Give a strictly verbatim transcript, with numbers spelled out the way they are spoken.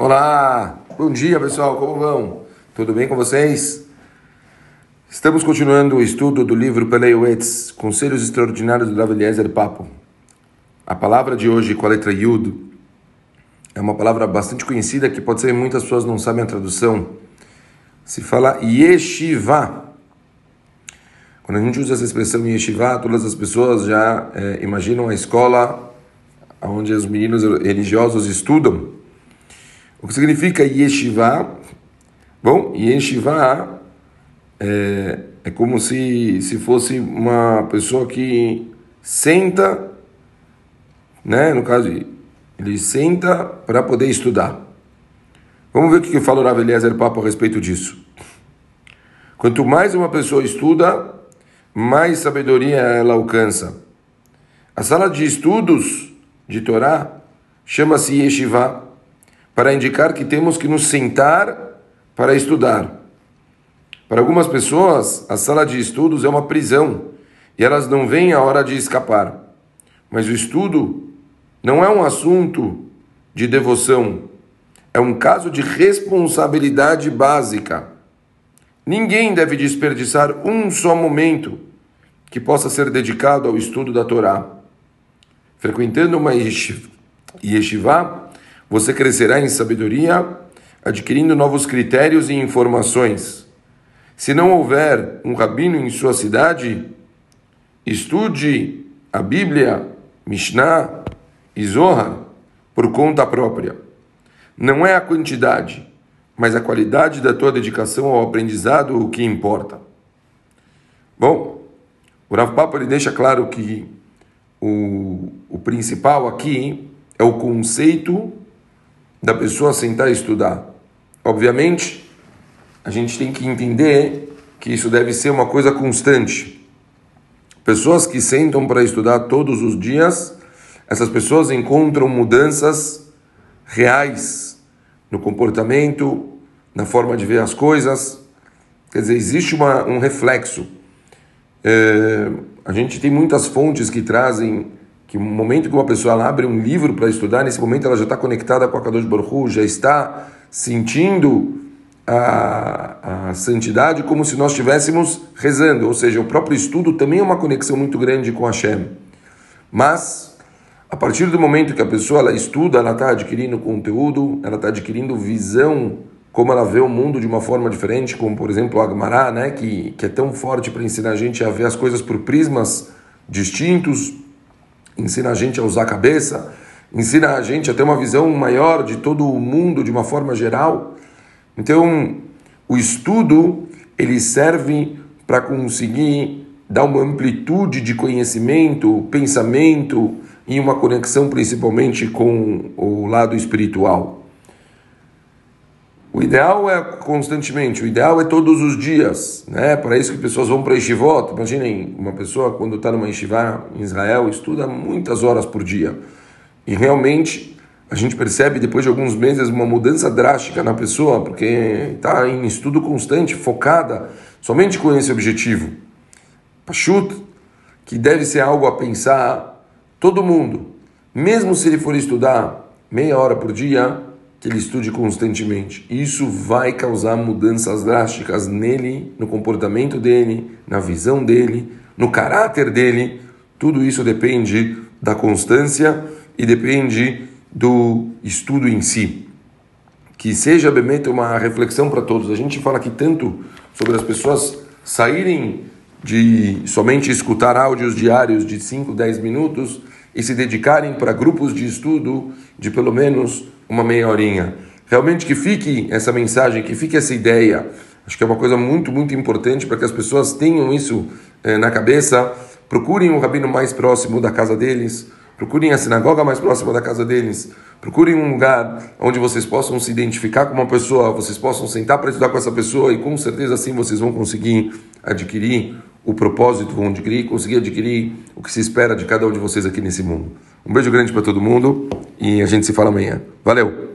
Olá, bom dia pessoal, como vão? Tudo bem com vocês? Estamos continuando o estudo do livro Pelei Uetz, Conselhos Extraordinários do Rav Eliezer Papo. A palavra de hoje com a letra Yud é uma palavra bastante conhecida que pode ser que muitas pessoas não sabem a tradução. Se fala Yeshiva. Quando a gente usa essa expressão Yeshiva, todas as pessoas já é, imaginam a escola onde os meninos religiosos estudam. O que significa Yeshiva? Bom, Yeshiva é, é como se, se fosse uma pessoa que senta, né? No caso, ele senta para poder estudar. Vamos ver o que fala o Rav Eliezer Papo a respeito disso. Quanto mais uma pessoa estuda, mais sabedoria ela alcança. A sala de estudos de Torá chama-se Yeshiva, para indicar que temos que nos sentar para estudar. Para algumas pessoas, a sala de estudos é uma prisão e elas não veem a hora de escapar. Mas o estudo não é um assunto de devoção, é um caso de responsabilidade básica. Ninguém deve desperdiçar um só momento que possa ser dedicado ao estudo da Torá. Frequentando uma yeshiva, você crescerá em sabedoria, adquirindo novos critérios e informações. Se não houver um rabino em sua cidade, estude a Bíblia, Mishnah e Zohar por conta própria. Não é a quantidade, mas a qualidade da tua dedicação ao aprendizado o que importa. Bom, o Rav Papa ele deixa claro que o, o principal aqui é o conceito da pessoa sentar e estudar. Obviamente, a gente tem que entender que isso deve ser uma coisa constante. Pessoas que sentam para estudar todos os dias, essas pessoas encontram mudanças reais no comportamento, na forma de ver as coisas. Quer dizer, existe uma, um reflexo. É, a gente tem muitas fontes que trazem que no momento que uma pessoa abre um livro para estudar, nesse momento ela já está conectada com a Kadosh Baruch Hu, já está sentindo a, a santidade como se nós estivéssemos rezando, ou seja, o próprio estudo também é uma conexão muito grande com Hashem. Mas, a partir do momento que a pessoa ela estuda, ela está adquirindo conteúdo, ela está adquirindo visão, como ela vê o mundo de uma forma diferente, como por exemplo a Gemara, né, que, que é tão forte para ensinar a gente a ver as coisas por prismas distintos, ensina a gente a usar a cabeça, ensina a gente a ter uma visão maior de todo o mundo de uma forma geral. Então, o estudo, ele serve para conseguir dar uma amplitude de conhecimento, pensamento e uma conexão principalmente com o lado espiritual. O ideal é constantemente, o ideal é todos os dias, né? Para isso que pessoas vão para yeshivot. Imaginem, uma pessoa quando está numa yeshiva em Israel, estuda muitas horas por dia. E realmente, a gente percebe depois de alguns meses uma mudança drástica na pessoa, porque está em estudo constante, focada somente com esse objetivo. Pashut, que deve ser algo a pensar todo mundo, mesmo se ele for estudar meia hora por dia, que ele estude constantemente. Isso vai causar mudanças drásticas nele, no comportamento dele, na visão dele, no caráter dele. Tudo isso depende da constância e depende do estudo em si. Que seja, Bemet, uma reflexão para todos. A gente fala aqui tanto sobre as pessoas saírem de somente escutar áudios diários de cinco, dez minutos e se dedicarem para grupos de estudo de pelo menos uma meia horinha. Realmente que fique essa mensagem, que fique essa ideia. Acho que é uma coisa muito, muito importante para que as pessoas tenham isso eh, na cabeça. Procurem o rabino mais próximo da casa deles, procurem a sinagoga mais próxima da casa deles, procurem um lugar onde vocês possam se identificar com uma pessoa, vocês possam sentar para estudar com essa pessoa e com certeza assim vocês vão conseguir adquirir o propósito, vão adquirir, conseguir adquirir o que se espera de cada um de vocês aqui nesse mundo. Um beijo grande para todo mundo e a gente se fala amanhã. Valeu!